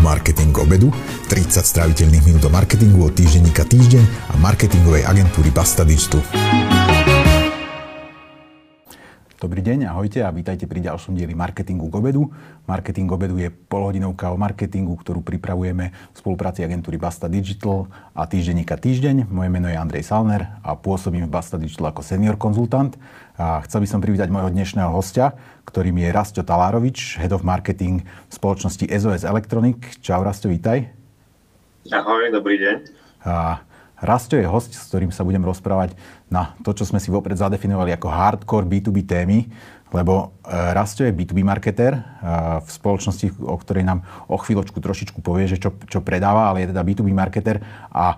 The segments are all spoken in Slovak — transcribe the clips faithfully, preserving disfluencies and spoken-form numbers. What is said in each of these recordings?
Marketing k obedu, tridsať stráviteľných minút o marketingu od týždenníka Týždeň a marketingovej agentúry Basta Digital. Dobrý deň, ahojte a vítajte pri ďalšom dieli Marketingu k obedu. Marketing k obedu je polhodinovka o marketingu, ktorú pripravujeme v spolupráci agentúry Basta Digital a týždenníka Týždeň. Moje meno je Andrej Salner a pôsobím v Basta Digital ako senior konzultant. A chcel by som privítať môjho dnešného hostia, ktorým je Rastio Talárovič, Head of Marketing spoločnosti es ó es Electronic. Čau Rastio, vítaj. Ahoj, dobrý deň. A Rastio je host, s ktorým sa budem rozprávať na to, čo sme si vopred zadefinovali ako hardcore bí tú bí témy, lebo Rastio je bí tú bí marketer v spoločnosti, o ktorej nám o chvíľočku trošičku povie, že čo, čo predáva, ale je teda bí tú bí marketer a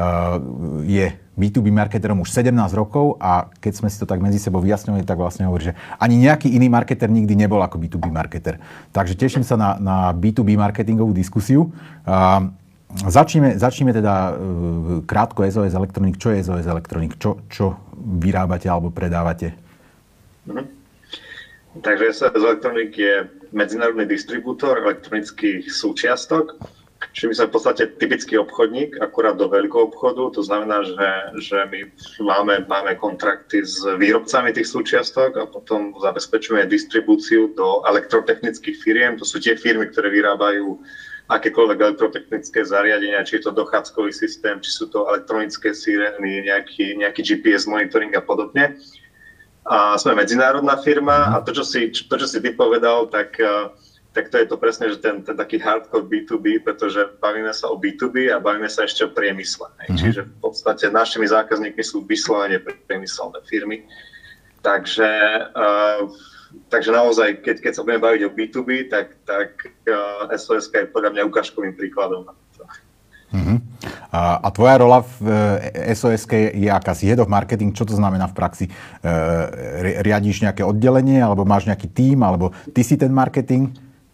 je bí tú bí marketerom už sedemnásť rokov a keď sme si to tak medzi sebou vyjasňovali, tak vlastne hovorí, že ani nejaký iný marketer nikdy nebol ako bí tú bí marketer. Takže teším sa na, na bí tú bí marketingovú diskusiu. Začneme, začneme teda uh, krátko es ó es Electronic. Čo je es ó es Electronic? Čo, čo vyrábate alebo predávate? Mhm. Takže es ó es Electronic je medzinárodný distribútor elektronických súčiastok. Čiže my sme v podstate typický obchodník, akurát do veľkého obchodu. To znamená, že, že my máme, máme kontrakty s výrobcami tých súčiastok a potom zabezpečujeme distribúciu do elektrotechnických firiem. To sú tie firmy, ktoré vyrábajú akékoľvek elektrotechnické zariadenia, či je to dochádzkový systém, či sú to elektronické sirény, nejaký, nejaký gé pé es monitoring a podobne. A sme medzinárodná firma a to, čo si, to, čo si ty povedal, tak, tak to je to presne, že ten, ten taký hardcore bí tú bí, pretože bavíme sa o bí tú bí a bavíme sa ešte o priemysle. Mm-hmm. Čiže v podstate našimi zákazníkmi sú vyslovene priemyselné firmy. Takže uh, Takže naozaj, keď, keď sa budeme baviť o bí tú bí, tak, tak uh, es ó es je podľa mňa ukážkovým príkladom. Uh-huh. A, a tvoja rola v es ó es je aká? Si head of marketing, čo to znamená v praxi? Uh, riadíš nejaké oddelenie, alebo máš nejaký tím, alebo ty si ten marketing?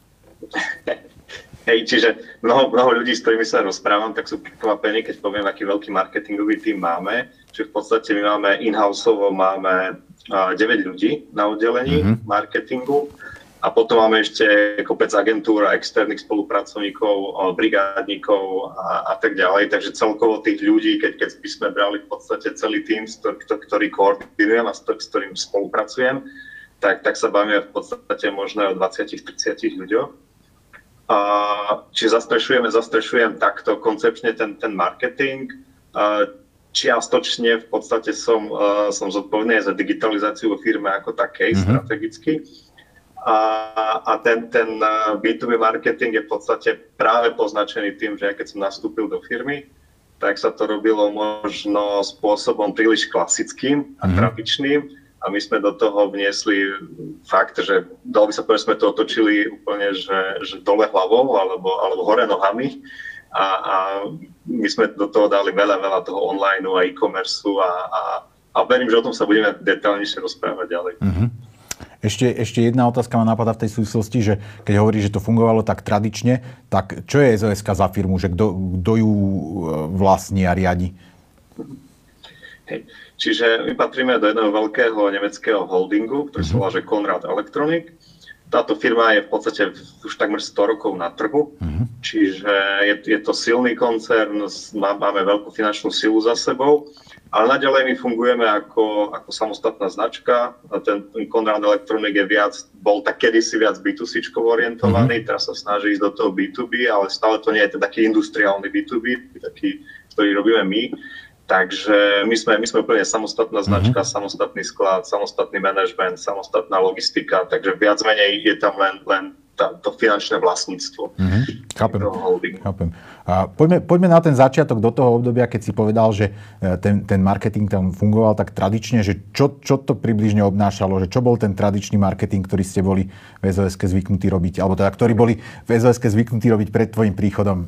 Hej, čiže mnoho, mnoho ľudí, s ktorými sa rozprávam, tak sú prekvapení, keď poviem, aký veľký marketingový tím máme. Čiže v podstate my máme in-houseovo, máme deväť ľudí na oddelení mm-hmm. marketingu a potom máme ešte kopec agentúr a externých spolupracovníkov, brigádnikov a, a tak ďalej. Takže celkovo tých ľudí, keď, keď by sme brali v podstate celý tým, ktorý koordinujem a s ktorým spolupracujem, tak, tak sa bavíme v podstate možno o dvadsať až tridsať ľuďoch. A, čiže zastrešujeme, zastrešujem takto koncepčne ten, ten marketing. A, Čiastočne v podstate som, uh, som zodpovedný za digitalizáciu vo firme ako takej, mm-hmm. strategicky. A, a ten, ten uh, bí tú bí marketing je v podstate práve poznačený tým, že ja keď som nastúpil do firmy, tak sa to robilo možno spôsobom príliš klasickým a mm-hmm. tradičným. A my sme do toho vniesli fakt, že dalo by sa povedať, sme to otočili úplne, že, že dole hlavou alebo, alebo hore nohami. A, a my sme do toho dali veľa, veľa toho online a e-commerceu a, a, a verím, že o tom sa budeme detailnejšie rozprávať ďalej. Mm-hmm. Ešte, ešte jedna otázka ma napadá v tej súvislosti, že keď hovoríš, že to fungovalo tak tradične, tak čo je es ó es za firmu, že kto, kto ju vlastní a riadi? Hej. Čiže my patríme do jedného veľkého nemeckého holdingu, ktorý mm-hmm. sa volá, že Conrad Electronic. Táto firma je v podstate už takmer sto rokov na trhu, mm-hmm. čiže je, je to silný koncern, má, máme veľkú finančnú silu za sebou, ale naďalej my fungujeme ako, ako samostatná značka. A ten, ten Conrad Electronic je viac, bol tak kedysi viac bí tú síčkovo orientovaný, mm-hmm. teraz sa snaží ísť do toho bí tú bí, ale stále to nie je taký industriálny bí tú bí, taký, ktorý robíme my. Takže my sme, my sme úplne samostatná značka, mm-hmm. samostatný sklad, samostatný manažment, samostatná logistika, takže viac menej je tam len, len tá, to finančné vlastníctvo. Mm-hmm. Chápem. Chápem. A poďme, poďme na ten začiatok do toho obdobia, keď si povedal, že ten, ten marketing tam fungoval tak tradične, že čo, čo to približne obnášalo, že čo bol ten tradičný marketing, ktorý ste boli v es ó eske zvyknutí robiť, alebo teda, ktorí boli v es ó eske zvyknutí robiť pred tvojim príchodom?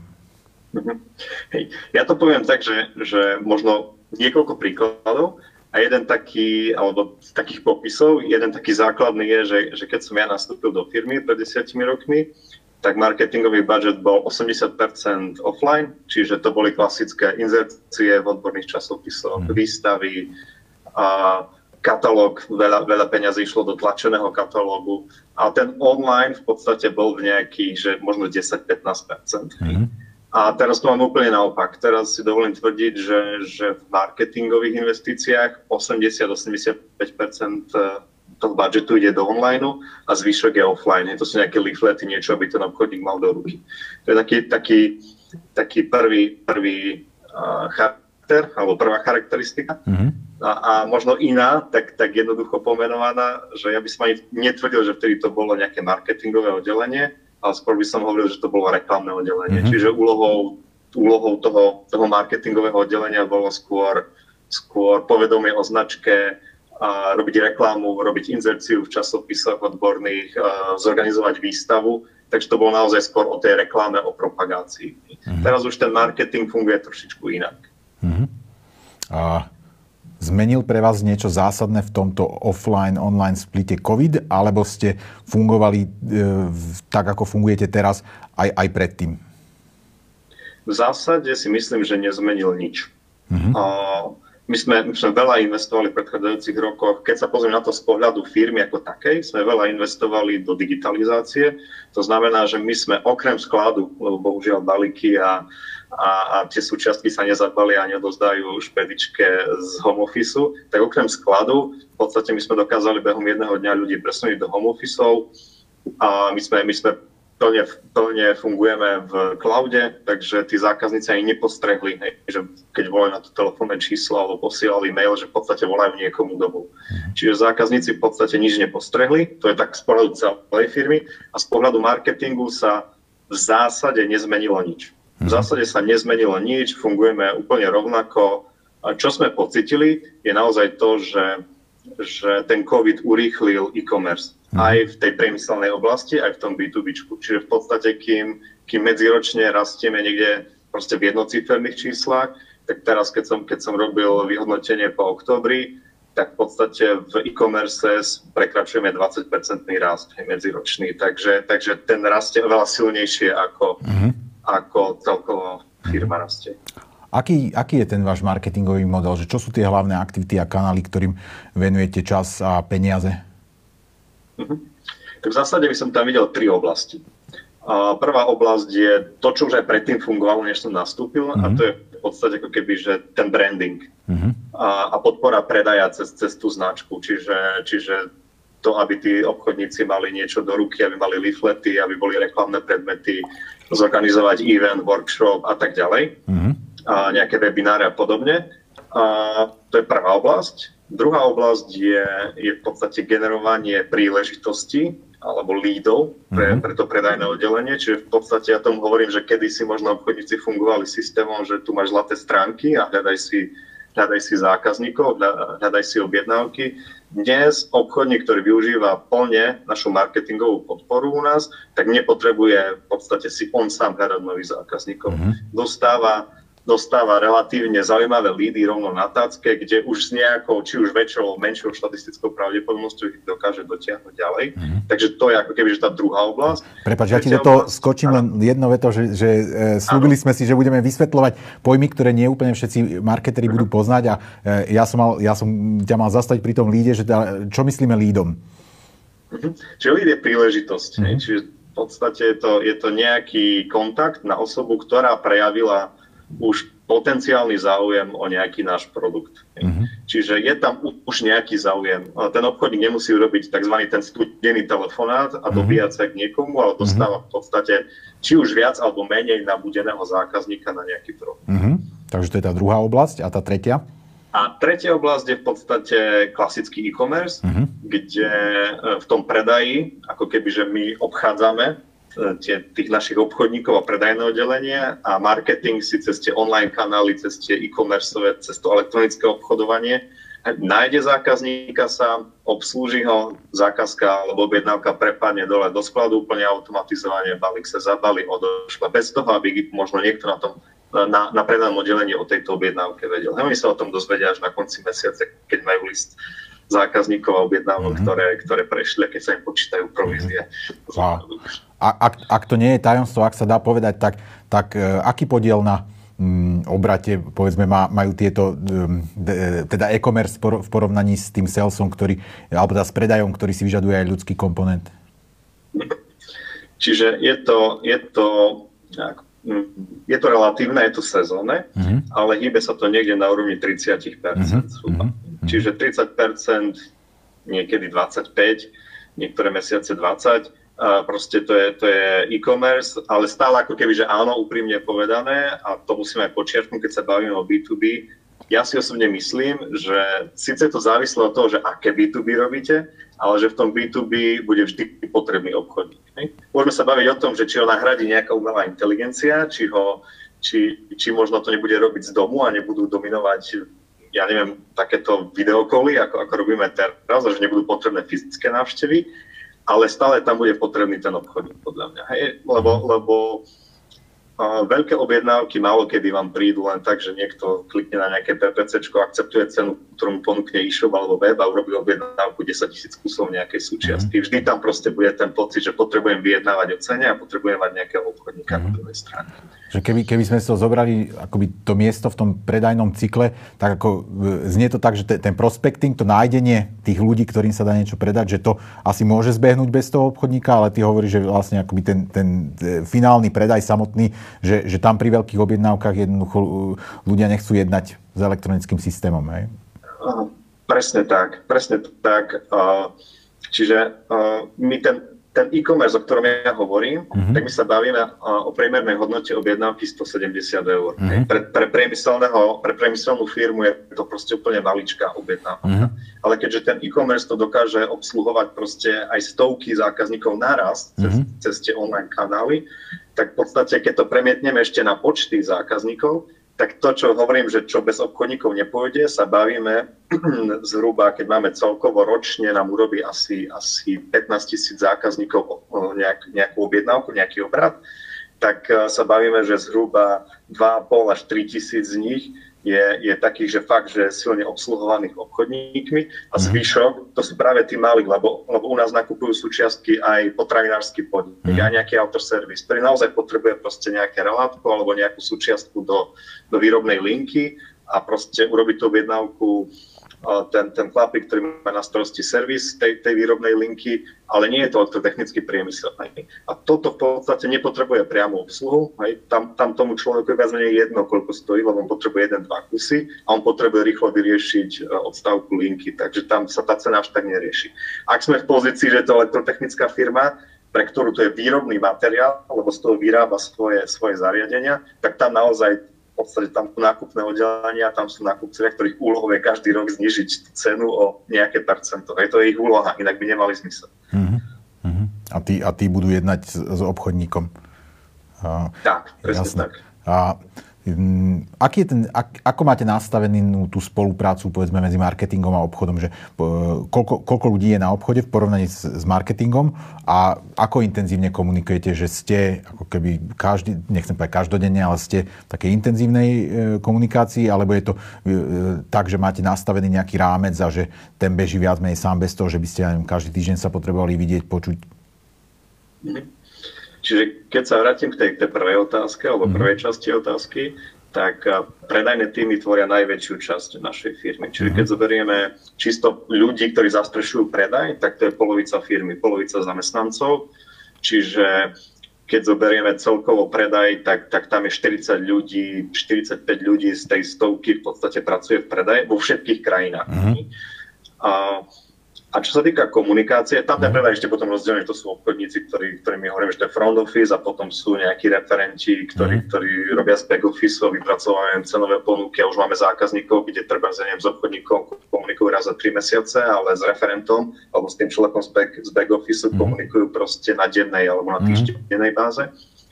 Hej. Ja to poviem tak, že, že možno niekoľko príkladov a jeden taký, alebo z takých popisov, jeden taký základný je, že, že keď som ja nastúpil do firmy pred desiatimi rokmi, tak marketingový budget bol osemdesiat percent offline, čiže to boli klasické inzercie v odborných časopisoch, mm. výstavy a katalóg, veľa, veľa peňazí išlo do tlačeného katalógu a ten online v podstate bol v nejakých, že možno desať až pätnásť percent. Mm-hmm. A teraz to mám úplne naopak. Teraz si dovolím tvrdiť, že, že v marketingových investíciách osemdesiat až osemdesiatpäť percent toho budžetu ide do online a zvyšok je offline. To sú nejaké leaflety, niečo, aby ten obchodník mal do ruky. To je taký, taký, taký prvý, prvý uh, charakter, alebo prvá charakteristika. Mm-hmm. A, a možno iná, tak, tak jednoducho pomenovaná, že ja by som ani netvrdil, že vtedy to bolo nejaké marketingové oddelenie, ale skôr by som hovoril, že to bolo reklamné oddelenie. Mm-hmm. Čiže úlohou, úlohou toho, toho marketingového oddelenia bolo skôr, skôr povedomie o značke, a robiť reklamu, robiť inzerciu v časopisoch odborných, zorganizovať výstavu. Takže to bolo naozaj skôr o tej reklame, o propagácii. Mm-hmm. Teraz už ten marketing funguje trošičku inak. Mm-hmm. A zmenil pre vás niečo zásadné v tomto offline-online splite COVID, alebo ste fungovali e, tak, ako fungujete teraz, aj, aj predtým? V zásade si myslím, že nezmenil nič. Mm-hmm. A my, sme, my sme veľa investovali v predchádzajúcich rokoch. Keď sa pozriem na to z pohľadu firmy ako takej, sme veľa investovali do digitalizácie. To znamená, že my sme okrem skladu, lebo bohužiaľ balíky a A, a tie súčiastky sa nezabalia a nedozdajú špedičke z home office, tak okrem skladu v podstate my sme dokázali behom jedného dňa ľudí presunúť do home officeov a my sme, my sme plne, plne fungujeme v cloude, takže tí zákazníci ani nepostrehli, hej, že keď volajú na to telefónne číslo alebo posielali mail, že v podstate volajú niekomu domov. Čiže zákazníci v podstate nič nepostrehli, to je tak z pohľadu celej firmy a z pohľadu marketingu sa v zásade nezmenilo nič. V zásade sa nezmenilo nič, fungujeme úplne rovnako. A čo sme pocitili, je naozaj to, že, že ten COVID urýchlil e-commerce. Aj v tej priemyselnej oblasti, aj v tom bé dva bé. Čiže v podstate, kým, kým medziročne rastieme niekde proste v jednociferných číslach, tak teraz, keď som, keď som robil vyhodnotenie po októbri, tak v podstate v e-commerce prekračujeme dvadsať percentný rast medziročný. Takže, takže ten rast je veľa silnejšie ako... Mm-hmm. ako celkovo firma rastie. Aký, aký je ten váš marketingový model? Že čo sú tie hlavné aktivity a kanály, ktorým venujete čas a peniaze? Uh-huh. Tak v zásade by som tam videl tri oblasti. Uh, prvá oblasť je to, čo už aj predtým fungovalo, než som nastúpil, uh-huh. a to je v podstate ako keby, že ten branding uh-huh. a, a podpora predaja cez, cez tú značku. Čiže, čiže to, aby tí obchodníci mali niečo do ruky, aby mali leaflety, aby boli reklamné predmety, zorganizovať event, workshop a tak ďalej, mm-hmm. a nejaké webináre a podobne. A to je prvá oblasť. Druhá oblasť je, je v podstate generovanie príležitostí alebo lídov pre, mm-hmm. pre to predajné oddelenie. Čiže v podstate ja tomu hovorím, že kedysi možno obchodníci fungovali systémom, že tu máš zlaté stránky a hľadaj si, hľadaj si zákazníkov, hľadaj si objednávky. Dnes obchodník, ktorý využíva plne našu marketingovú podporu u nás, tak nepotrebuje v podstate si on sám hľadať nových zákazníkov. Mm-hmm. Dostáva, dostáva relatívne zaujímavé lídy rovno na tácke, kde už s nejakou, či už väčšou, menšou štatistickou pravdepodobnosťou ich dokáže dotiahnuť ďalej. Mm-hmm. Takže to je ako keby že tá druhá oblasť. Prepáč, ja ti do toho skočím len jedno veto, že, že e, slúbili sme si, že budeme vysvetľovať pojmy, ktoré nie úplne všetci marketeri mm-hmm. budú poznať a e, ja, som mal, ja som ťa mal zastať pri tom líde, že tá, čo myslíme lídom? Mm-hmm. Čiže líd je príležitosť. Mm-hmm. Čiže v podstate je to, je to nejaký kontakt na osobu, ktorá prejavila už potenciálny záujem o nejaký náš produkt. Uh-huh. Čiže je tam už nejaký záujem. Ten obchodník nemusí urobiť tzv. Ten studený telefonát a dobíjať sa k niekomu, ale dostáva v podstate či už viac alebo menej nabudeného zákazníka na nejaký produkt. Uh-huh. Takže to je tá druhá oblasť. A tá tretia? A tretia oblasť je v podstate klasický e-commerce, uh-huh. kde v tom predaji, ako keby, že my obchádzame Tie, tých našich obchodníkov a predajné oddelenie a marketing si cez tie online kanály, cez tie e-commerce, cez to elektronické obchodovanie nájde zákazníka sám, obslúži ho, zákazka alebo objednávka prepadne dole do skladu úplne automatizovane, balík sa zabalí, odošle bez toho, aby možno niekto na tom na, na predajnom oddelení o tejto objednávke vedel. Oni sa o tom dozvedia až na konci mesiaca, keď majú list zákazníkov a objednávok, mm-hmm. ktoré, ktoré prešli, keď sa im počítajú provízie. Mm-hmm. A ak, ak to nie je tajomstvo, ak sa dá povedať, tak, tak aký podiel na mm, obrate, povedzme, má, majú tieto, um, de, teda e-commerce v porovnaní s tým salesom, ktorý, alebo teda s predajom, ktorý si vyžaduje aj ľudský komponent? Čiže je to, je to, je to relatívne, je to sezónne, uh-huh. ale hýbe sa to niekde na úrovni tridsať percent. Uh-huh. Uh-huh. Čiže tridsať percent, niekedy dvadsaťpäť percent, niektoré mesiace dvadsať percent. A proste to je, to je e-commerce, ale stále ako keby, že áno, úprimne povedané, a to musíme aj počiarknúť, keď sa bavíme o bé dva bé. Ja si osobne myslím, že síce to závislo od toho, že aké bé dva bé robíte, ale že v tom bé dva bé bude vždy potrebný obchodník. Ne? Môžeme sa baviť o tom, že či ho nahradí nejaká umelá inteligencia, či, ho, či, či možno to nebude robiť z domu a nebudú dominovať, ja neviem, takéto videokoly, ako, ako robíme teraz, že nebudú potrebné fyzické návštevy, ale stále tam bude potrebný ten obchodník, podľa mňa. Hej? Lebo, lebo uh, veľké objednávky málo kedy vám prídu len tak, že niekto klikne na nejaké PPCčko, akceptuje cenu, ktorú mu ponúkne e-shop alebo web a urobí objednávku desaťtisíc kusov nejakej súčiastky. Vždy tam proste bude ten pocit, že potrebujem vyjednávať o cene a potrebujem mať nejakého obchodníka mm-hmm. na druhej strane. Že keby, keby sme si to zobrali akoby to miesto v tom predajnom cykle, tak ako znie to tak, že te, ten prospecting, to nájdenie tých ľudí, ktorým sa dá niečo predať, že to asi môže zbehnúť bez toho obchodníka, ale ty hovoríš, že vlastne akoby ten, ten finálny predaj samotný, že, že tam pri veľkých objednávkach jednoducho ľudia nechcú jednať s elektronickým systémom, hej? Presne tak, presne tak. Čiže my ten Ten e-commerce, o ktorom ja hovorím, uh-huh. tak my sa bavíme o priemernej hodnote objednávky stosedemdesiat eur. Uh-huh. Pre, pre, pre priemyselnú firmu je to proste úplne maličká objednávka. Uh-huh. Ale keďže ten e-commerce to dokáže obsluhovať proste aj stovky zákazníkov naraz cez, uh-huh. cez tie online kanály, tak v podstate, keď to premietneme ešte na počty zákazníkov, tak to, čo hovorím, že čo bez obchodníkov nepôjde, sa bavíme zhruba, keď máme celkovo ročne, nám urobí asi, asi pätnásť tisíc zákazníkov nejak, nejakú objednávku, nejaký obrad, tak sa bavíme, že zhruba dva a pol až tri tisíc z nich je, je takých, že fakt, že silne obsluhovaných obchodníkmi a zvyšok, to sú práve tí malí, lebo, lebo u nás nakupujú súčiastky aj potravinársky podnik, mm. aj nejaký autoservis, ktorý naozaj potrebuje proste nejaké relátko alebo nejakú súčiastku do, do výrobnej linky a proste urobiť tú objednávku ten, ten chlapík, ktorý má na starosti servis tej, tej výrobnej linky, ale nie je to elektrotechnický priemysel. Hej. A toto v podstate nepotrebuje priamu obsluhu. Hej. Tam, tam tomu človeku je viac menej jedno, koľko stojí, lebo on potrebuje jeden, dva kusy a on potrebuje rýchlo vyriešiť odstávku linky, takže tam sa tá cena až tak nerieši. Ak sme v pozícii, že to je elektrotechnická firma, pre ktorú to je výrobný materiál, alebo z toho vyrába svoje, svoje zariadenia, tak tam naozaj v podstate tam sú nákupné oddelenia, tam sú nákupcovia, ktorých úlohou je každý rok znižiť cenu o nejaké percento. Je to ich úloha, inak by nemali zmysel. Uh-huh. Uh-huh. A, tí, a tí budú jednať s, s obchodníkom. Uh, tak, presne jasné. Tak. A um, aký je ten, ak, ako máte nastavenú tú spoluprácu povedzme medzi marketingom a obchodom? Že, uh, koľko, koľko ľudí je na obchode v porovnaní s, s marketingom a ako intenzívne komunikujete, že ste ako keby každý, nechcem povedať každodenne, ale ste v takej intenzívnej e, komunikácii, alebo je to e, tak, že máte nastavený nejaký rámec a že ten beží viac menej sám bez toho, že by ste neviem, každý týždeň sa potrebovali vidieť, počuť? Mm-hmm. Čiže keď sa vrátim k tej, tej prvej otázke, alebo mm-hmm. prvej časti otázky, tak predajné týmy tvoria najväčšiu časť našej firmy. Čiže keď zoberieme čisto ľudí, ktorí zastrešujú predaj, tak to je polovica firmy, polovica zamestnancov. Čiže keď zoberieme celkovo predaj, tak, tak tam je štyridsať ľudí, štyridsaťpäť ľudí z tej stovky v podstate pracuje v predaji vo všetkých krajinách. Mm-hmm. A A čo sa týka komunikácie, tam ten predaj ešte potom rozdelený, to sú obchodníci, ktorí, ktorí my hovoríme, že to je front office a potom sú nejakí referenti, ktorí, ktorí robia z back office, vypracovajú cenové ponuky a už máme zákazníkov, kde treba neviem, s obchodníkom komunikujú raz za tri mesiace, ale s referentom alebo s tým človekom z back, z back office komunikujú proste na dennej alebo na týždennej báze.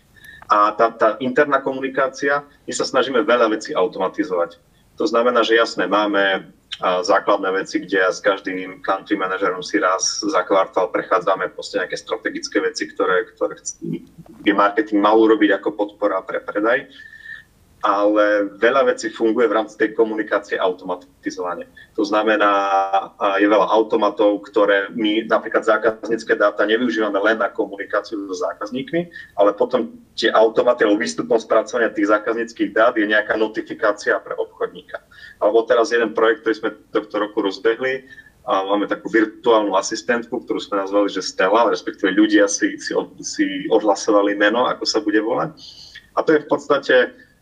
A tá, tá interná komunikácia, my sa snažíme veľa vecí automatizovať. To znamená, že jasné, máme a základné veci, kde ja s každým country manažerom si raz za kvartál prechádzame proste nejaké strategické veci, ktoré, ktoré by marketing mal urobiť ako podpora pre predaj. ale veľa vecí funguje v rámci tej komunikácie automatizovane. To znamená, je veľa automatov, ktoré my napríklad zákaznícke dáta nevyužívame len na komunikáciu so zákazníkmi, ale potom tie automaty alebo výstupom spracovania tých zákazníckych dát je nejaká notifikácia pre obchodníka. Alebo teraz jeden projekt, ktorý sme tohto roku rozbehli, a máme takú virtuálnu asistentku, ktorú sme nazvali, že Stella, respektíve ľudia si, si, od, si odhlasovali meno, ako sa bude volať. A to je v podstate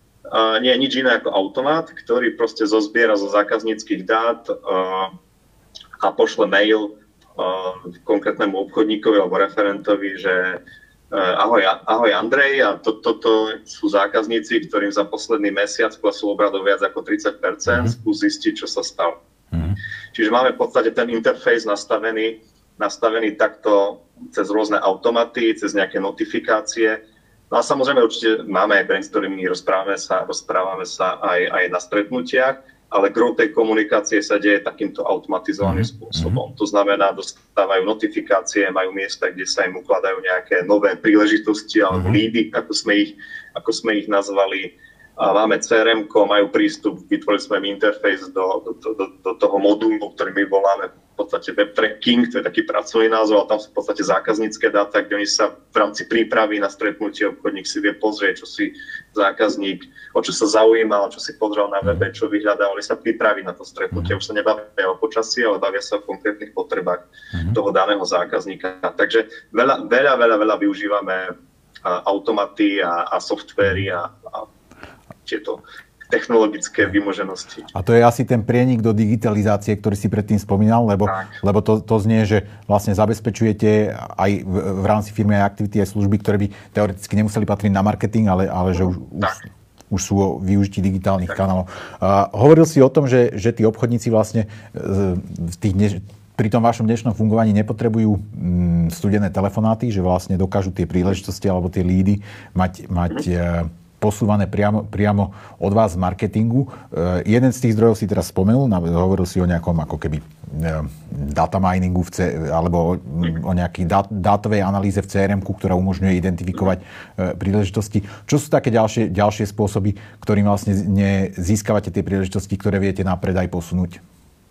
Uh, nie je nič iné ako automat, ktorý proste zozbiera zo zákazníckych dát uh, a pošle mail uh, konkrétnemu obchodníkovi alebo referentovi, že uh, ahoj, ahoj Andrej, a to, toto sú zákazníci, ktorým za posledný mesiac klesol obrat o viac ako tridsať percent, mm-hmm. skús zistiť, čo sa stalo. Mm-hmm. Čiže máme v podstate ten interfejs nastavený, nastavený takto cez rôzne automaty, cez nejaké notifikácie. No a samozrejme určite máme aj brand, s ktorými rozprávame sa, rozprávame sa aj, aj na stretnutiach, ale gro tej komunikácie sa deje takýmto automatizovaným spôsobom. To znamená, dostávajú notifikácie, majú miesta, kde sa im ukladajú nejaké nové príležitosti alebo lídy, ako sme ich, ako sme ich nazvali. A máme cé er emko, majú prístup, vytvorili sme im interfejs do, do, do, do toho modulu, ktorý my voláme v podstate web tracking, to je taký pracovný názov, a tam sú v podstate zákaznícke dáta, kde oni sa v rámci prípravy na stretnutie obchodník si vie pozrieť, čo si zákazník, o čo sa zaujímal, čo si pozrel na webe, čo vyhľadal, oni sa pripraví na to stretnutie. Už sa nebavia o počasí, ale bavia sa o konkrétnych potrebách toho daného zákazníka. Takže veľa, veľa, veľa, veľa využívame automaty a, a softvéry a, a tieto technologické vymoženosti. A to je asi ten prienik do digitalizácie, ktorý si predtým spomínal, lebo, lebo to, to znie, že vlastne zabezpečujete aj v, v rámci firmy aj aktivity, aj služby, ktoré by teoreticky nemuseli patriť na marketing, ale, ale že už, už, už sú o využití digitálnych tak. kanálov. Uh, hovoril si o tom, že, že tí obchodníci vlastne uh, v tých dneš, pri tom vašom dnešnom fungovaní nepotrebujú um, studené telefonáty, že vlastne dokážu tie príležitosti alebo tie lídy mať, mať uh, posúvané priamo, priamo od vás z marketingu. Uh, jeden z tých zdrojov si teraz spomenul, hovoril si o nejakom ako keby uh, data miningu v C, alebo o, o nejakej dát, dátovej analýze v cé er emku, ktorá umožňuje identifikovať uh, príležitosti. Čo sú také ďalšie, ďalšie spôsoby, ktorým vlastne ne, získavate tie príležitosti, ktoré viete na predaj posunúť?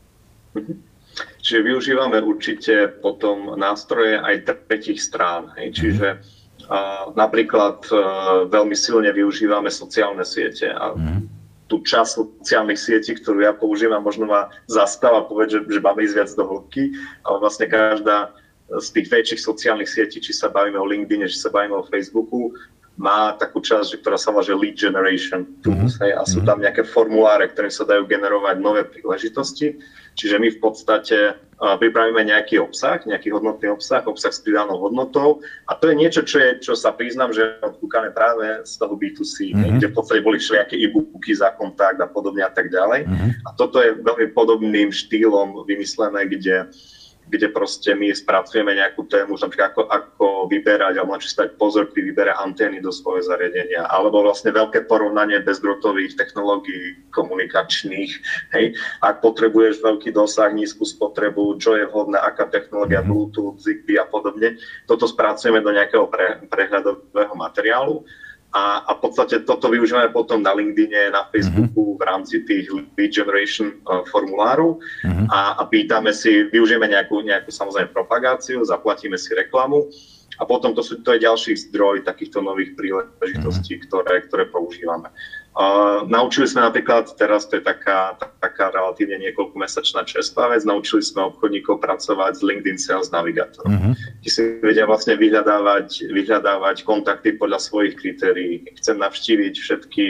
Čiže využívame určite potom nástroje aj tretích strán. Hej? Čiže mm. Uh, napríklad uh, veľmi silne využívame sociálne siete a mm. tú časť sociálnych sietí, ktorú ja používam, možno ma zastáva povedať, že, že máme ísť viac do hĺbky, ale vlastne každá z tých väčších sociálnych sietí, či sa bavíme o LinkedIne, či sa bavíme o Facebooku, má takú časť, ktorá sa volá že lead generation tools, mm. hej, a sú tam nejaké formuláre, ktoré sa dajú generovať nové príležitosti. Čiže my v podstate uh, pripravíme nejaký obsah, nejaký hodnotný obsah, obsah s pridanou hodnotou. A to je niečo, čo, je, čo sa priznám, že odkúkame práve z toho bé dva cé, mm-hmm. kde v podstate boli všelijaké e-booky za kontakt a podobne a tak ďalej. Mm-hmm. A toto je veľmi podobným štýlom vymyslené, kde kde proste my spracujeme nejakú tému, napríklad ako, ako vyberať, alebo či si dať pozor pri výbere antény do svojho zariadenia, alebo vlastne veľké porovnanie bezdrôtových technológií komunikačných. Hej. Ak potrebuješ veľký dosah, nízku spotrebu, čo je vhodné, aká technológia, Bluetooth, Zigbee a podobne, toto spracujeme do nejakého pre, prehľadového materiálu. A, a v podstate toto využívame potom na LinkedIne, na Facebooku v rámci tých lead generation uh, formulárov uh-huh. a, a pýtame si, využijeme nejakú, nejakú samozrejme propagáciu, zaplatíme si reklamu a potom to, sú, to je ďalší zdroj takýchto nových príležitostí, uh-huh. ktoré, ktoré používame. Uh, naučili sme napríklad, teraz to je taká, taká relatívne niekoľkomesačná čerstvá vec, naučili sme obchodníkov pracovať s LinkedIn Sales Navigator. Uh-huh. Ti si vedia vlastne vyhľadávať, vyhľadávať kontakty podľa svojich kritérií. Chcem navštíviť všetky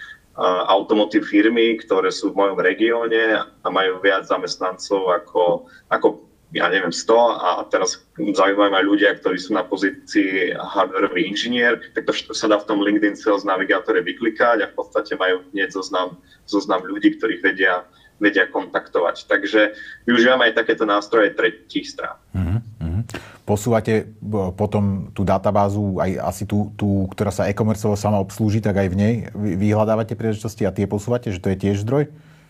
uh, automotív firmy, ktoré sú v mojom regióne a majú viac zamestnancov ako, ako ja neviem, sto a teraz zaujímajú aj ľudia, ktorí sú na pozícii hardwareový inžinier, tak to sa dá v tom LinkedIn Sales Navigátore vyklikať a v podstate majú hneď zoznam, zoznam ľudí, ktorých vedia, vedia kontaktovať. Takže využívame aj takéto nástroje tretích strán. Mm-hmm. Posúvate potom tú databázu, aj asi tú, tú ktorá sa e-commerceovo sama obslúži, tak aj v nej vyhľadávate príležitosti a tie posúvate, že to je tiež zdroj?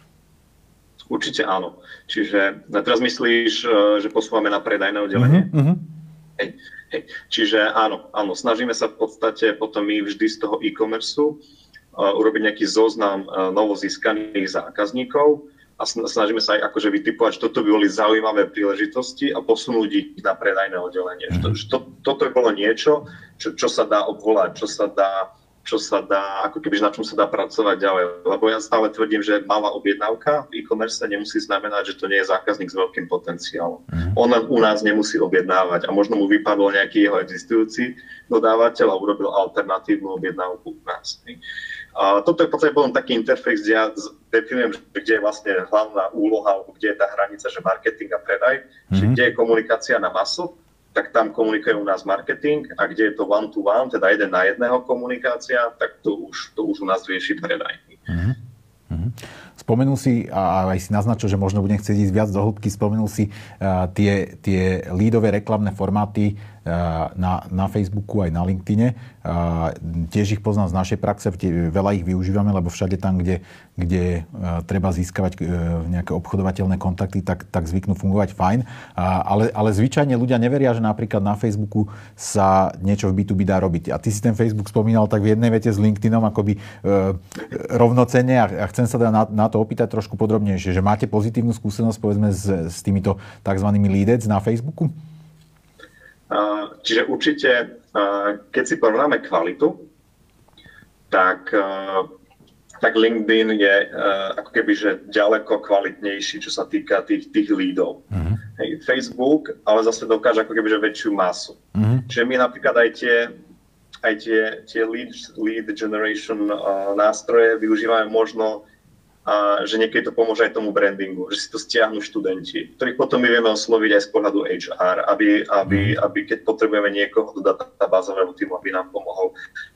Určite áno. Čiže teraz myslíš, že posúvame na predajné oddelenie? Mm-hmm. Hej, hej. Čiže áno, áno, snažíme sa v podstate potom my vždy z toho e-commerceu urobiť nejaký zoznam novozískaných zákazníkov a snažíme sa aj akože vytipovať, že toto by boli zaujímavé príležitosti a posunúť ich na predajné oddelenie. Mm. Že to, toto by bolo niečo, čo, čo sa dá obvolať, čo sa dá čo sa dá, ako keby na čom sa dá pracovať ďalej. Lebo ja stále tvrdím, že malá objednávka v e-commerce nemusí znamenať, že to nie je zákazník s veľkým potenciálom. Mm. On len u nás nemusí objednávať a možno mu vypadol nejaký jeho existujúci dodávateľ a urobil alternatívnu objednávku u nás. A toto je v podstate potom taký interfejs, kde ja definujem, kde je vlastne hlavná úloha, kde je tá hranica, že marketing a predaj, mm. že kde je komunikácia na masu, tak tam komunikuje u nás marketing a kde je to one to one, teda jeden na jedného komunikácia, tak to už, to už u nás rieši predaj. Uh-huh. Uh-huh. Spomenul si, a aj si naznačil, že možno budem chcieť ísť viac do hĺbky, spomenul si uh, tie, tie leadové reklamné formáty uh, na, na Facebooku aj na LinkedIne. Uh, tiež ich poznám z našej praxe, tie, veľa ich využívame, lebo všade tam, kde, kde uh, treba získavať uh, nejaké obchodovateľné kontakty, tak, tak zvyknú fungovať fajn. Uh, ale, ale zvyčajne ľudia neveria, že napríklad na Facebooku sa niečo v bí tú bí dá robiť. A ty si ten Facebook spomínal tak v jednej vete s LinkedInom akoby uh, rovnocenne a, a chcem sa teda na, na to opýtať trošku podrobnejšie, že máte pozitívnu skúsenosť povedzme s, s týmito tzv. Lead ads na Facebooku? Uh, čiže určite, uh, keď si porovnáme kvalitu, tak, uh, tak LinkedIn je uh, ako keby že ďaleko kvalitnejší, čo sa týka tých, tých leadov. Uh-huh. Hej, Facebook, ale zase dokáže ako keby že väčšiu masu. Uh-huh. Čiže my napríklad aj tie, aj tie, tie lead, lead generation uh, nástroje využívame možno a že niekedy to pomôže aj tomu brandingu, že si to stiahnu študenti, ktorých potom my vieme osloviť aj z pohľadu há er, aby, aby, aby keď potrebujeme niekoho do databázového týmu, aby nám pomohol.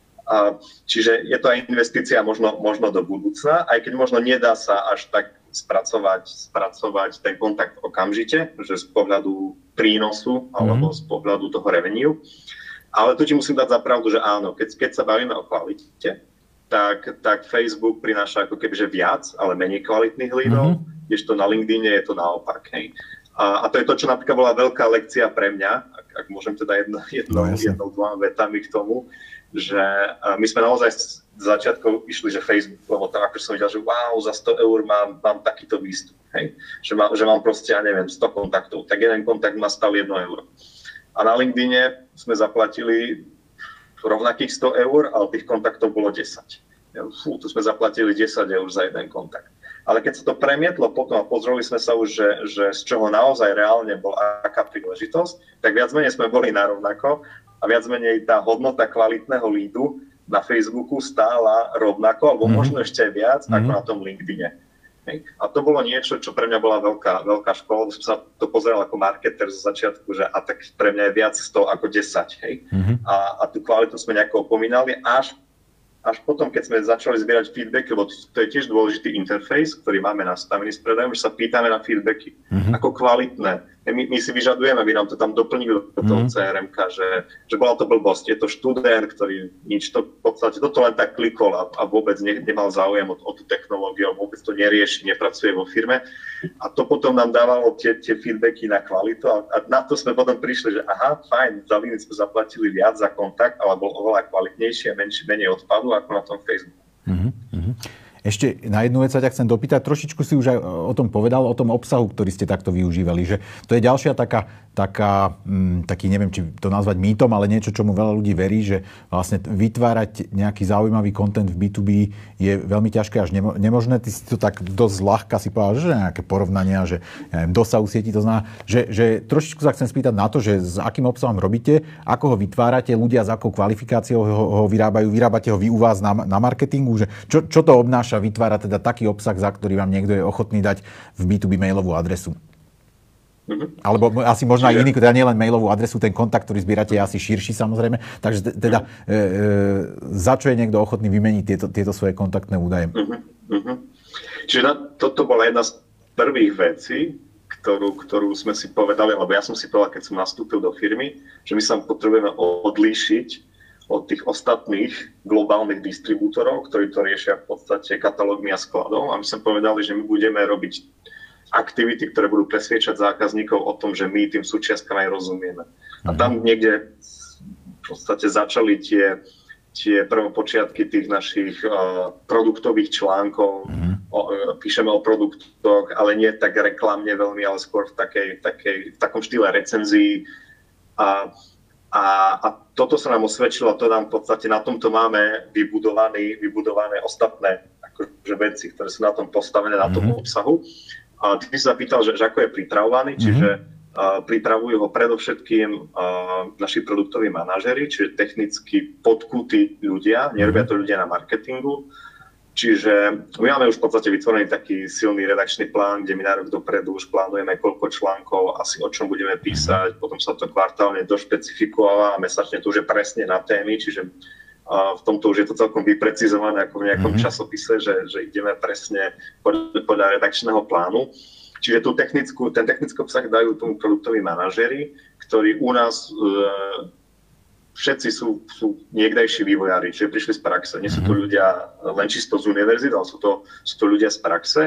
A, čiže je to aj investícia možno, možno do budúcna, aj keď možno nedá sa až tak spracovať, spracovať ten kontakt okamžite, že z pohľadu prínosu alebo z pohľadu toho revenue. Ale tu ti musím dať za pravdu, že áno, keď, keď sa bavíme o kvalite, Tak, tak Facebook prináša ako kebyže viac, ale menej kvalitných lídov, mm-hmm. kdežto na LinkedIne je to naopak. Hej. A, a to je to, čo napríklad bola veľká lekcia pre mňa, ak, ak môžem teda jedno, jedno, no, jednou, dvoma vetami k tomu, že my sme naozaj z začiatkov išli, že Facebook, lebo tam ako som videl, že wow, za sto eur mám, mám takýto výstup, hej. Že, má, že mám proste, ja neviem, sto kontaktov, tak jeden kontakt ma stal jedno euro. A na LinkedIne sme zaplatili rovnakých sto eur, ale tých kontaktov bolo desať. Fú, tu sme zaplatili desať eur za jeden kontakt. Ale keď sa to premietlo potom a pozreli sme sa už, že, že z čoho naozaj reálne bola aká príležitosť, tak viac menej sme boli narovnako a viac menej tá hodnota kvalitného lídu na Facebooku stála rovnako, alebo mm-hmm. možno ešte aj viac, mm-hmm. ako na tom LinkedIne. Hej. A to bolo niečo, čo pre mňa bola veľká, veľká škola, som sa to pozeral ako marketer zo začiatku, že a tak pre mňa je viac sto ako desať. Hej. Mm-hmm. A, a tú kvalitu sme nejako opomínali, až, až potom, keď sme začali zbierať feedback, lebo to je tiež dôležitý interfejs, ktorý máme nastavený s predajom, že sa pýtame na feedbacky, mm-hmm. ako kvalitné. My, my si vyžadujeme, aby nám to tam doplnili do toho mm-hmm. cé er emka, že, že bola to blbosť. Je to študent, ktorý nič to v podstate, toto len tak klikol a, a vôbec ne, nemal záujem o, o tú technológiu, vôbec to nerieši, nepracuje vo firme. A to potom nám dávalo tie, tie feedbacky na kvalitu a, a na to sme potom prišli, že aha, fajn, za Linux sme zaplatili viac za kontakt, ale bol oveľa kvalitnejší a menší, menej odpadu ako na tom Facebooku. Mm-hmm. Ešte na jednu vec sa ťa chcem dopýtať. Trošičku si už aj o tom povedal, o tom obsahu, ktorý ste takto využívali. Že to je ďalšia taká, taká hm, taký, neviem, či to nazvať mýtom, ale niečo, čomu veľa ľudí verí, že vlastne vytvárať nejaký zaujímavý content v bí tú bí je veľmi ťažké až nemo- nemožné. Ty si to tak dosť ľahka si povedal, že nejaké porovnania, že ja neviem, dosahu sieti, to znamená, že, že trošičku sa chcem spýtať na to, že s akým obsahom robíte, ako ho vytvárate, ľudia s akou kvalifikáciou ho, ho vyrábajú, vyrábate ho vy u vás na, na marketingu, že čo, čo to obnáša vytvára teda taký obsah, za ktorý vám niekto je ochotný dať v bí tú bí mailovú adresu. Mm-hmm. Alebo asi možno aj iný, teda nielen mailovú adresu, ten kontakt, ktorý zbierate, je asi širší samozrejme. Takže teda mm-hmm. e, e, za čo je niekto ochotný vymeniť tieto, tieto svoje kontaktné údaje? Mm-hmm. Čiže na, toto bola jedna z prvých vecí, ktorú, ktorú sme si povedali, alebo ja som si povedal, keď som nastúpil do firmy, že my sa potrebujeme odlíšiť od tých ostatných globálnych distribútorov, ktorí to riešia v podstate katalógmi a skladom. A my sme povedali, že my budeme robiť aktivity, ktoré budú presviečať zákazníkov o tom, že my tým súčiastkám aj rozumieme. A tam niekde v podstate začali tie, tie prvopočiatky tých našich uh, produktových článkov, mm-hmm. o, píšeme o produktoch, ale nie tak reklamne veľmi, ale skôr v, takej, takej, v takom štýle recenzií. A, a, a toto sa nám osvedčilo, to nám v podstate na tomto máme vybudované, vybudované ostatné akože veci, ktoré sú na tom postavené, na tom mm-hmm. obsahu. A ty si sa pýtal, že, že ako je pripravovaný, mm-hmm. čiže Uh, pripravujú ho predovšetkým uh, naši produktoví manažeri, čiže technicky podkutí ľudia, nerobia to ľudia na marketingu. Čiže my máme už v podstate vytvorený taký silný redakčný plán, kde my na rok dopredu už plánujeme, koľko článkov, asi o čom budeme písať, potom sa to kvartálne došpecifikováva a mesačne to už je presne na témy, čiže uh, v tomto už je to celkom vyprecizované ako v nejakom mm-hmm. časopise, že, že ideme presne podľa, podľa redakčného plánu. Čiže tú technickú, ten technický obsah dajú tomu produktoví manažeri, ktorí u nás e, všetci sú, sú niekdejší vývojári, čiže prišli z praxe. Nie sú to ľudia len čisto z univerzity, ale sú to, sú to ľudia z praxe.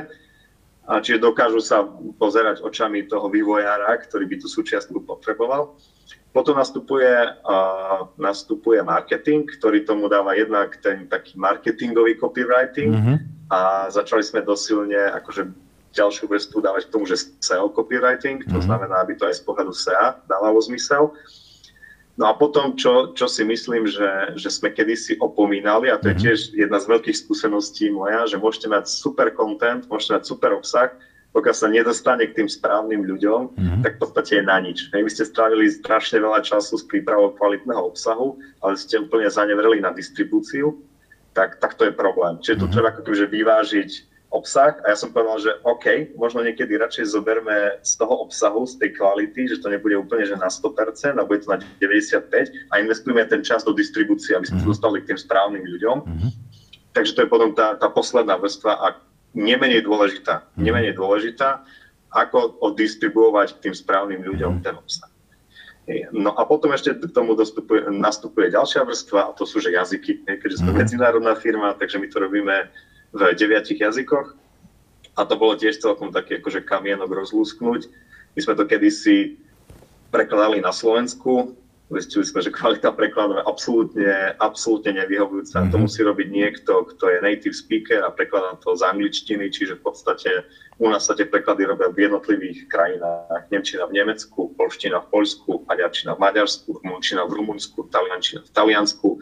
A čiže dokážu sa pozerať očami toho vývojára, ktorý by tú súčiastku potreboval. Potom nastupuje, uh, nastupuje marketing, ktorý tomu dáva jednak ten taký marketingový copywriting mm-hmm. a začali sme dosilne akože ďalšiu vrstvu dávať k tomu, že es e o copywriting, to mm-hmm. znamená, aby to aj z pohľadu es e a dávalo zmysel. No a potom, čo, čo si myslím, že, že sme kedysi opomínali, a to mm-hmm. je tiež jedna z veľkých skúseností moja, že môžete mať super content, môžete mať super obsah, pokiaľ sa nedostane k tým správnym ľuďom, mm-hmm. tak v podstate je na nič. Vy ste strávili strašne veľa času s prípravou kvalitného obsahu, ale ste úplne zanevreli na distribúciu, tak, tak to je problém. Čiže mm-hmm. tu treba ako kebyže vyvážiť obsah a ja som povedal, že OK, možno niekedy radšej zoberme z toho obsahu, z tej kvality, že to nebude úplne že na sto percent a bude to na deväťdesiatpäť percent a investujeme ten čas do distribúcie, aby sme sa dostali k tým správnym ľuďom. Mm-hmm. Takže to je potom tá, tá posledná vrstva a nemenej dôležitá. Mm-hmm. Nemenej dôležitá, ako oddistribuovať k tým správnym ľuďom mm-hmm. ten obsah. No a potom ešte k tomu dostupuje, nastupuje ďalšia vrstva a to sú že jazyky. Keďže sme mm-hmm. medzinárodná firma, takže my to robíme v deviatich jazykoch a to bolo tiež celkom taký akože kamienok rozlúsknuť. My sme to kedysi prekladali na Slovensku, zistili sme, že kvalita prekladu je absolútne, absolútne nevyhovujúca. Mm-hmm. To musí robiť niekto, kto je native speaker a prekladá to z angličtiny, čiže v podstate u nás sa tie preklady robia v jednotlivých krajinách. Nemčina v Nemecku, polština v Poľsku, maďarčina v Maďarsku, rumunčina v Rumunsku, taliančina v Taliansku.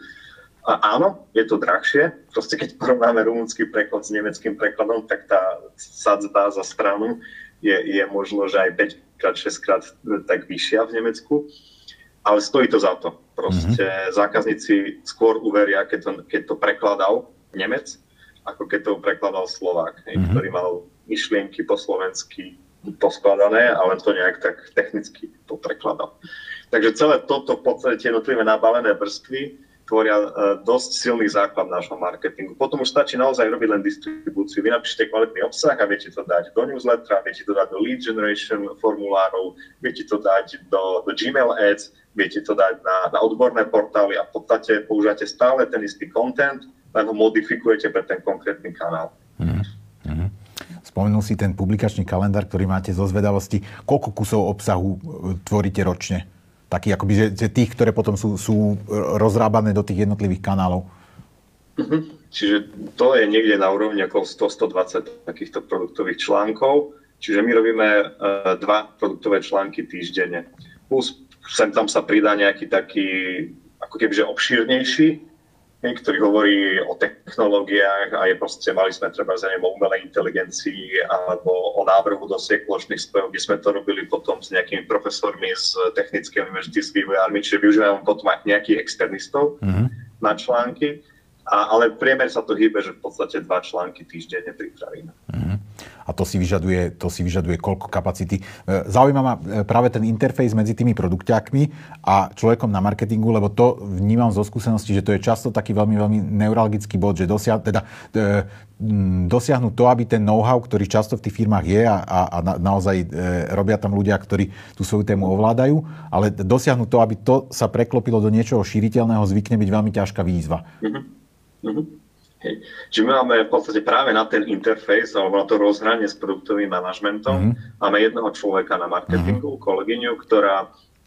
A áno, je to drahšie. Proste keď porovnáme rumunský preklad s nemeckým prekladom, tak tá sadzba za stranu je, je možno, že aj päťkrát, šesťkrát tak vyššia v Nemecku. Ale stojí to za to. Proste mm-hmm. zákazníci skôr uveria, keď to, keď to prekladal Nemec, ako keď to prekladal Slovák, mm-hmm. ktorý mal myšlienky po slovensky poskladané, ale to nejak tak technicky to prekladal. Takže celé toto v podstate jednotlivé nabalené vrstvy tvoria uh, dosť silný základ nášho marketingu. Potom už stačí naozaj robiť len distribúciu. Vy napíšete kvalitný obsah a viete to dať do newslettera, viete to dať do lead generation formulárov, viete to dať do, do Gmail ads, viete to dať na, na odborné portály a v podstate používate stále ten istý content, len ho modifikujete pre ten konkrétny kanál. Mm-hmm. Spomenul si ten publikačný kalendár, ktorý máte zo zvedavosti. Koľko kusov obsahu tvoríte ročne? Taký akoby, že, že tých, ktoré potom sú, sú rozrábané do tých jednotlivých kanálov. Uh-huh. Čiže to je niekde na úrovni okolo sto až stodvadsať takýchto produktových článkov. Čiže my robíme uh, dva produktové články týždenne. Plus sem tam sa pridá nejaký taký, ako kebyže obšírnejší, ktorý hovorí o technológiách a je proste, mali sme treba za neviem o umelej inteligencii alebo o návrhu dosiek plošných spojov, kde sme to robili potom s nejakými profesormi z technickej univerzity, s vývojármi, čiže využívame potom aj nejakých externistov mm-hmm. na články, a, ale priemer sa to hýbe, že v podstate dva články týždenne pripravíme. Mm-hmm. A to si vyžaduje, to si vyžaduje koľko kapacity. Zaujíma ma práve ten interfejs medzi tými produkťákmi a človekom na marketingu, lebo to vnímam zo skúsenosti, že to je často taký veľmi, veľmi neuralgický bod, že dosia, teda, e, dosiahnuť to, aby ten know-how, ktorý často v tých firmách je a, a, a na, naozaj e, robia tam ľudia, ktorí tú svoju tému ovládajú, ale dosiahnuť to, aby to sa preklopilo do niečoho šíriteľného, zvykne byť veľmi ťažká výzva. Mm-hmm. Mm-hmm. Hej. Čiže my máme v podstate práve na ten interfejs alebo na to rozhranie s produktovým manažmentom mm-hmm. máme jedného človeka na marketingu, mm-hmm. kolegyňu, ktorá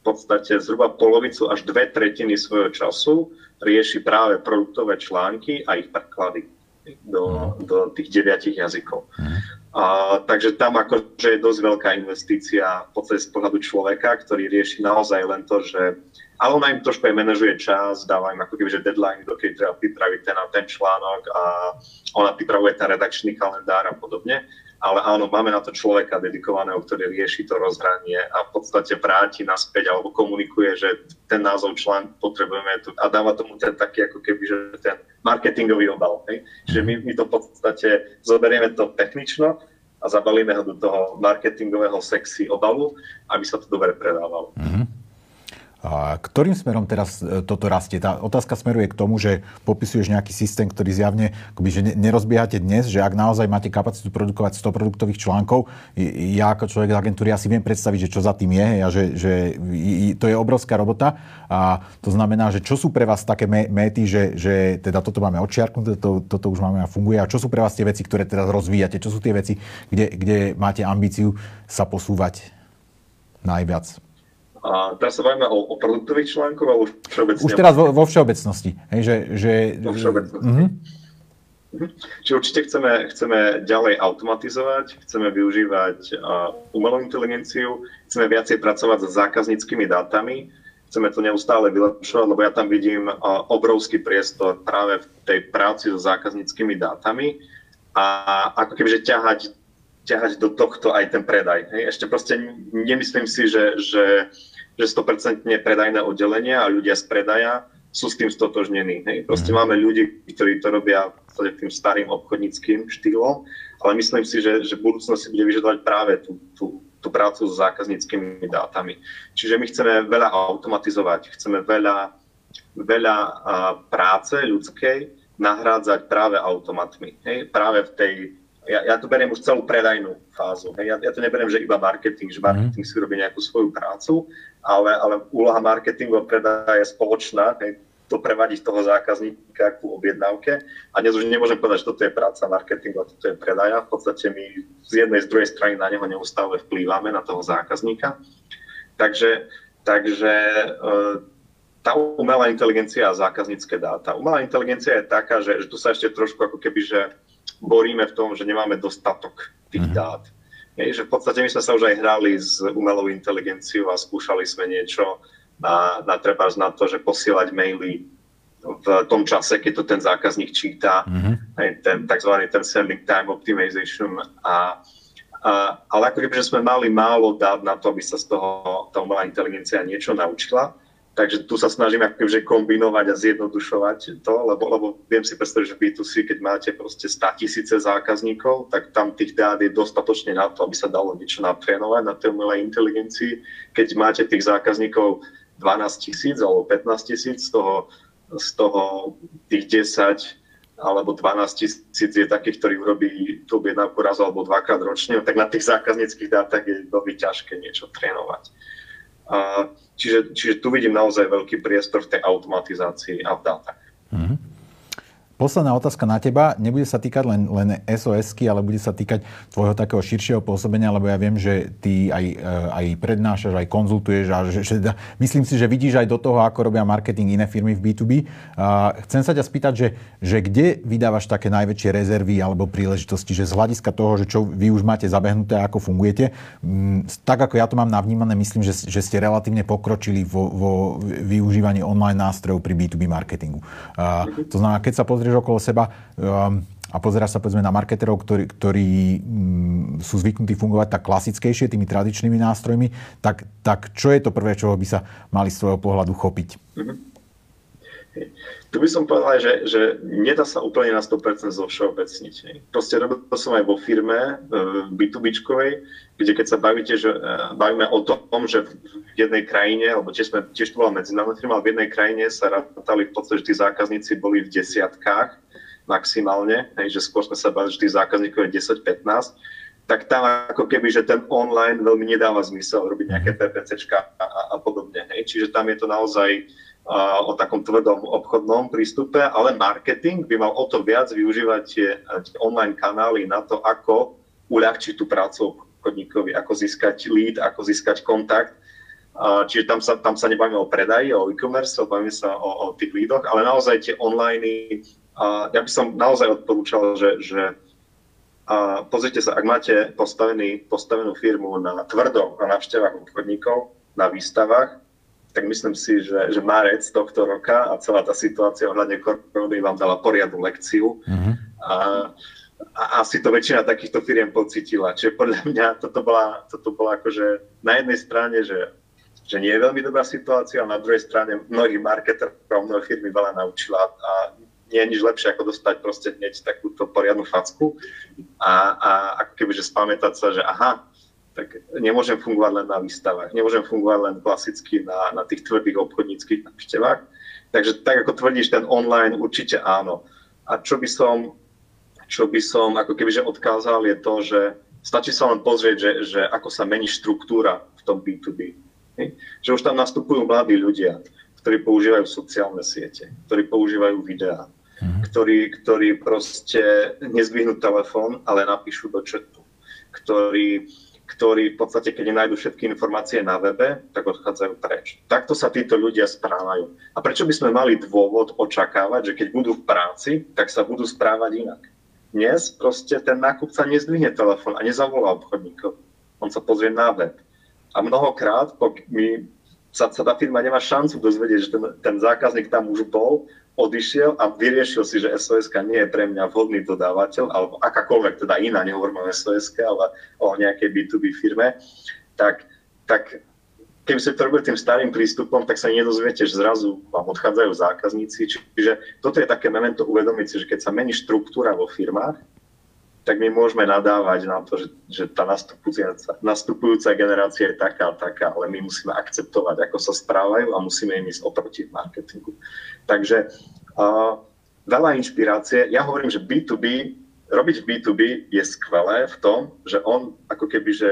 podstate zhruba polovicu až dve tretiny svojho času rieši práve produktové články a ich preklady do, do tých deviatich jazykov. Mm. A, takže tam akože je dosť veľká investícia v podstate z pohľadu človeka, ktorý rieši naozaj len to, že ale ona im trošku aj manažuje čas, dáva im ako keby, že deadline, dokedy treba pripraviť ten a ten článok a ona pripravuje ten redakčný kalendár a podobne. Ale áno, máme na to človeka dedikovaného, ktorý rieši to rozhranie a v podstate vráti naspäť alebo komunikuje, že ten názov článku potrebujeme tu a dáva tomu ten taký ako keby, že ten marketingový obal. Hej? Čiže my, my to v podstate zoberieme to technično a zabalíme ho do toho marketingového sexy obalu, aby sa to dobre predávalo. Mm-hmm. A ktorým smerom teraz toto rastie? Tá otázka smeruje k tomu, že popisuješ nejaký systém, ktorý zjavne, akoby, že nerozbiehate dnes, že ak naozaj máte kapacitu produkovať sto produktových článkov, ja ako človek z agentúry asi viem predstaviť, že čo za tým je a že, že to je obrovská robota. A to znamená, že čo sú pre vás také méty, že, že teda toto máme odčiarknuté, to, toto už máme a funguje. A čo sú pre vás tie veci, ktoré teraz rozvíjate? Čo sú tie veci, kde, kde máte ambíciu sa posúvať najviac? A teraz sa bavíme o, o produktových článkoch alebo všeobecne? Už teraz vo, vo všeobecnosti. Hej, že, že... Vo všeobecnosti. Uh-huh. Uh-huh. Čiže určite chceme, chceme ďalej automatizovať, chceme využívať uh, umelú inteligenciu, chceme viacej pracovať s zákazníckymi dátami, chceme to neustále vylepšovať, lebo ja tam vidím uh, obrovský priestor práve v tej práci so zákazníckymi dátami a ako kebyže ťahať, ťahať do tohto aj ten predaj. Hej. Ešte proste nemyslím si, že, že že sto percent predajné oddelenia a ľudia z predaja sú s tým stotožnení. Hej. Proste mm. máme ľudí, ktorí to robia tým starým obchodníckým štýlom, ale myslím si, že, že v budúcnosti bude vyžadovať práve tú, tú, tú prácu s zákazníckymi dátami. Čiže my chceme veľa automatizovať, chceme veľa, veľa práce ľudskej nahrádzať práve automatmi. Hej. Práve v tej Ja, ja to beriem už celú predajnú fázu. Hej. Ja, ja to neberiem, že iba marketing, že marketing si robí nejakú svoju prácu, ale, ale úloha marketingu a predaja je spoločná, hej, to prevadiť toho zákazníka ku objednávke. A dnes už nemôžem povedať, že toto je práca marketingu a toto je predaja. V podstate my z jednej, z druhej strany na neho neustále vplývame, na toho zákazníka. Takže, takže tá umelá inteligencia a zákaznícke dáta. Umelá inteligencia je taká, že, že tu sa ešte trošku ako keby, že boríme v tom, že nemáme dostatok tých uh-huh. dát. Je, že v podstate my sme sa už aj hrali s umelou inteligenciou a skúšali sme niečo na, na trebárs na to, že posielať maily v tom čase, keď to ten zákazník číta, uh-huh. aj ten takzvaný ten sending time optimization. A, a, ale ako keby, že sme mali málo dát na to, aby sa z toho tá umelá inteligencia niečo naučila. Takže tu sa snažíme akože kombinovať a zjednodušovať to, lebo, lebo viem si predstaviť, že bé dva cé, keď máte proste sto tisíce zákazníkov, tak tam tých dát je dostatočne na to, aby sa dalo niečo natrénovať na tej umelej inteligencii. Keď máte tých zákazníkov dvanásť tisíc alebo pätnásť tisíc, z toho, z toho tých desať alebo dvanásť tisíc je takých, ktorí urobí tú objednávku raz alebo dvakrát ročne, tak na tých zákazníckych dátach je veľmi ťažké niečo trénovať. A čiže, čiže tu vidím naozaj veľký priestor v tej automatizácii a v dátach. Mm-hmm. Posledná otázka na teba. Nebude sa týkať len, len es ó esky, ale bude sa týkať tvojho takého širšieho pôsobenia, lebo ja viem, že ty aj, aj prednášaš, aj konzultuješ a že, že, myslím si, že vidíš aj do toho, ako robia marketing iné firmy v bé dva bé. A chcem sa ťa spýtať, že, že kde vydávaš také najväčšie rezervy alebo príležitosti, že z hľadiska toho, že čo vy už máte zabehnuté a ako fungujete, tak ako ja to mám navnímané, myslím, že, že ste relatívne pokročili vo, vo využívaní online nástrojov pri bé dva bé marketingu. A to znamená, keď sa pozrieš okolo seba um, a pozeráš sa povedzme na marketerov, ktorí, ktorí um, sú zvyknutí fungovať tak klasickejšie, tými tradičnými nástrojmi, tak, tak čo je to prvé, čoho by sa mali z tvojho pohľadu chopiť? Mm-hmm. Tu by som povedal, že, že nedá sa úplne na sto percent zovšeobecniť. Proste robil som aj vo firme bé dva béčkovej, kde keď sa bavíte, že bavíme o tom, že v jednej krajine, alebo tiež, sme, tiež to bola medzinárodná firma, ale v jednej krajine sa rátali v podstate, že tí zákazníci boli v desiatkách maximálne, hej, že skôr sme sa bavili, že tých zákazníkov je desať pätnásť, tak tam ako keby, že ten online veľmi nedáva zmysel robiť nejaké PPCčka a, a, a podobne. Hej. Čiže tam je to naozaj o takom tvrdom obchodnom prístupe, ale marketing by mal o to viac využívať tie online kanály na to, ako uľahčiť tú prácu obchodníkovi, ako získať lead, ako získať kontakt Čiže tam sa, tam sa nebavíme o predaji, o e-commerce, bavíme sa o, o tých lídoch, ale naozaj tie online, ja by som naozaj odporúčal, že, že a pozrite sa, ak máte postavený, postavenú firmu na tvrdo, na návštevách obchodníkov, na výstavách, tak myslím si, že, že marec tohto roka a celá tá situácia ohľadne korony vám dala poriadnu lekciu. Mm-hmm. A, a asi to väčšina takýchto firiem pocítila. Čiže podľa mňa toto bola, toto bola akože na jednej strane, že, že nie je veľmi dobrá situácia, a na druhej strane mnohých marketerov, mnohé firmy veľa naučila a nie je nič lepšie, ako dostať proste hneď takúto poriadnu facku a, a ako keby, že spamätať sa, že aha, tak nemôžem fungovať len na výstavách, nemôžem fungovať len klasicky na, na tých tvrdých obchodníckých návštevách. Takže tak, ako tvrdíš, ten online určite áno. A čo by som, čo by som ako kebyže odkázal, je to, že stačí sa len pozrieť, že, že ako sa mení štruktúra v tom bé dva bé. Že už tam nastupujú mladí ľudia, ktorí používajú sociálne siete, ktorí používajú videá, mm. ktorí, ktorí proste nezdvihnú telefón, ale napíšu do chatu, ktorí ktorí v podstate, keď nenájdu všetky informácie na webe, tak odchádzajú preč. Takto sa títo ľudia správajú. A prečo by sme mali dôvod očakávať, že keď budú v práci, tak sa budú správať inak? Dnes proste ten nákupca nezdvihne telefón a nezavolá obchodníkov. On sa pozrie na web. A mnohokrát my, sa, sa tá firma nemá šancu dozvedieť, že ten, ten zákazník tam už bol, odišiel a vyriešil si, že es ó es nie je pre mňa vhodný dodávateľ, alebo akákoľvek teda iná, nehovorím o es ó es, ale o nejakej bé dva bé firme, tak, tak keby ste to robili tým starým prístupom, tak sa nedozviete, že zrazu vám odchádzajú zákazníci. Čiže toto je také memento uvedomiť si, že keď sa mení štruktúra vo firmách, tak my môžeme nadávať na to, že, že tá nastupujúca, nastupujúca generácia je taká a taká, ale my musíme akceptovať, ako sa správajú a musíme im ísť oproti v marketingu. Takže uh, veľa inšpirácie. Ja hovorím, že bé dva bé, robiť v bé dva bé je skvelé v tom, že on ako keby, že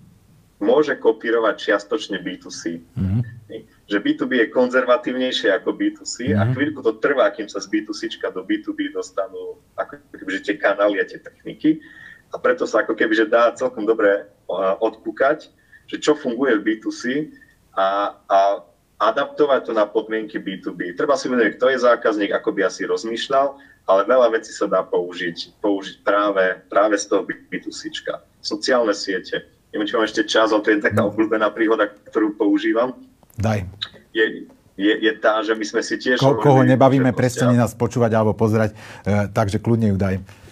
môže kopírovať čiastočne bé dva cé. Mm-hmm. Že bé dva bé je konzervatívnejšie ako bé dva cé mm-hmm. a chvíľku to trvá, kým sa z bé dva céčka do bé dva bé dostanú ako keby, že tie kanály a tie techniky. A preto sa ako keby, že dá celkom dobre uh, odkúkať, že čo funguje v bé dva cé a, a adaptovať to na podmienky bé dva bé. Treba si vedieť, kto je zákazník, ako by asi rozmýšľal, ale veľa vecí sa dá použiť, použiť práve, práve z toho bé dva céčka. Sociálne siete. Neviem, či mám ešte čas, ale to je taká obľúbená príhoda, ktorú používam. Daj. Je, je, je tá, že my sme si tiež... Ko, koho nebavíme, prestane nás počúvať alebo pozerať, e, takže kľudne ju daj.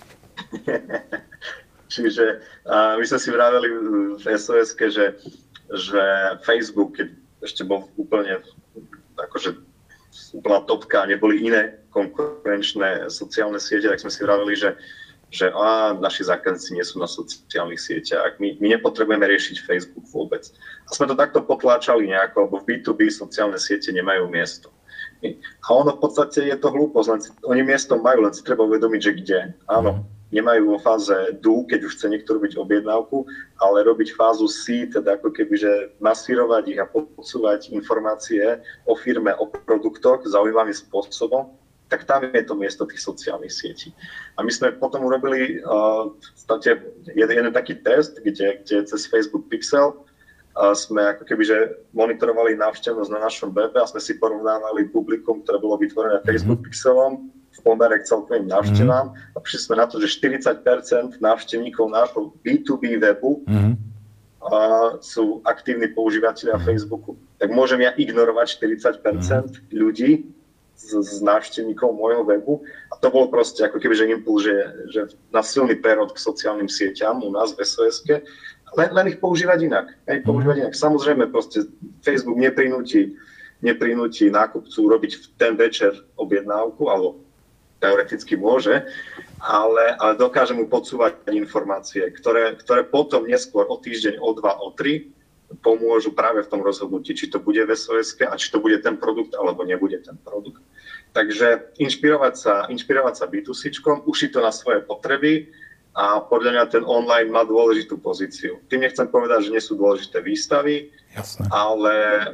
Čiže a my sme si vraveli v es ó eske, že, že Facebook, keď ešte bol úplne akože úplná topka, neboli iné konkurenčné sociálne siete, tak sme si vraveli, že že á, naši zákazníci nie sú na sociálnych sieťach, my, my nepotrebujeme riešiť Facebook vôbec. A sme to takto potláčali nejako, lebo v bé dva bé sociálne siete nemajú miesto. A ono v podstate je to hlúposť, len si, oni miesto majú, len si treba uvedomiť, že kde. Áno, nemajú vo fáze do, keď už chce niekto robiť objednávku, ale robiť fázu C, teda ako keby, že masírovať ich a podsúvať informácie o firme, o produktoch zaujímavým spôsobom, tak tam je to miesto tých sociálnych sietí. A my sme potom urobili uh, v podstate jeden, jeden taký test, kde, kde cez Facebook Pixel uh, sme ako keby, že monitorovali návštevnosť na našom webe a sme si porovnávali publikum, ktoré bolo vytvorené mm-hmm. Facebook Pixelom v pomere k celkovým návštevám mm-hmm. a prišli sme na to, že štyridsať percent návštevníkov nášho bé dva bé webu mm-hmm. uh, sú aktívni používateľia mm-hmm. Facebooku. Tak môžem ja ignorovať štyridsať percent mm-hmm. ľudí z, z návštevníkov môjho webu. A to bol proste ako keby, že impuls, že, že na silný prerod k sociálnym sieťam u nás v es ó eske, len, len ich používať inak. Hej, používať inak. Samozrejme, proste Facebook neprinúti, neprinúti nákupcu robiť v ten večer objednávku, alebo teoreticky môže, ale, ale dokáže mu podsúvať informácie, ktoré, ktoré potom neskôr o týždeň, o dva, o tri pomôžu práve v tom rozhodnutí, či to bude v es ó eske a či to bude ten produkt, alebo nebude ten produkt. Takže inšpirovať sa, inšpirovať sa bé dva céčkom, ušiť to na svoje potreby a podľa mňa ten online má dôležitú pozíciu. Tým nechcem povedať, že nie sú dôležité výstavy, Jasné. ale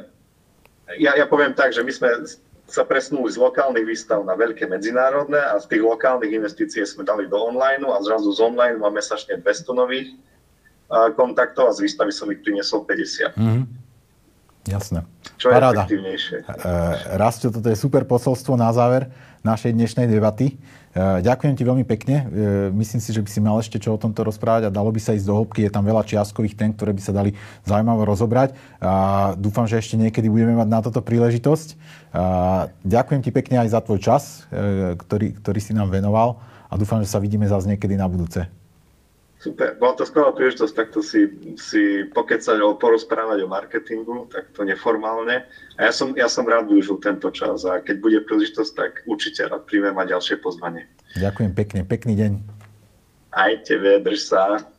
ja, ja poviem tak, že my sme sa presunuli z lokálnych výstav na veľké medzinárodné a z tých lokálnych investícií sme dali do online a zrazu z online máme mesačne dvesto nových kontaktov a z výstavy som ich priniesol päťdesiat. Mm-hmm. Jasné. Čo je Paráda. efektívnejšie. Rastio, toto je super posolstvo na záver našej dnešnej debaty. Ďakujem ti veľmi pekne. Myslím si, že by si mal ešte čo o tomto rozprávať a dalo by sa ísť do hĺbky. Je tam veľa čiastkových tém, ktoré by sa dali zaujímavo rozobrať. A dúfam, že ešte niekedy budeme mať na toto príležitosť. A ďakujem ti pekne aj za tvoj čas, ktorý, ktorý si nám venoval a dúfam, že sa vidíme zase niekedy na budúce. Super, bola to skvelá príležitosť takto si, si pokecať, porozprávať o marketingu, takto neformálne. A ja som, ja som rád využil tento čas a keď bude príležitosť, tak určite rád príjmem aj ďalšie pozvanie. Ďakujem pekne, pekný deň. Aj tebe, drž sa.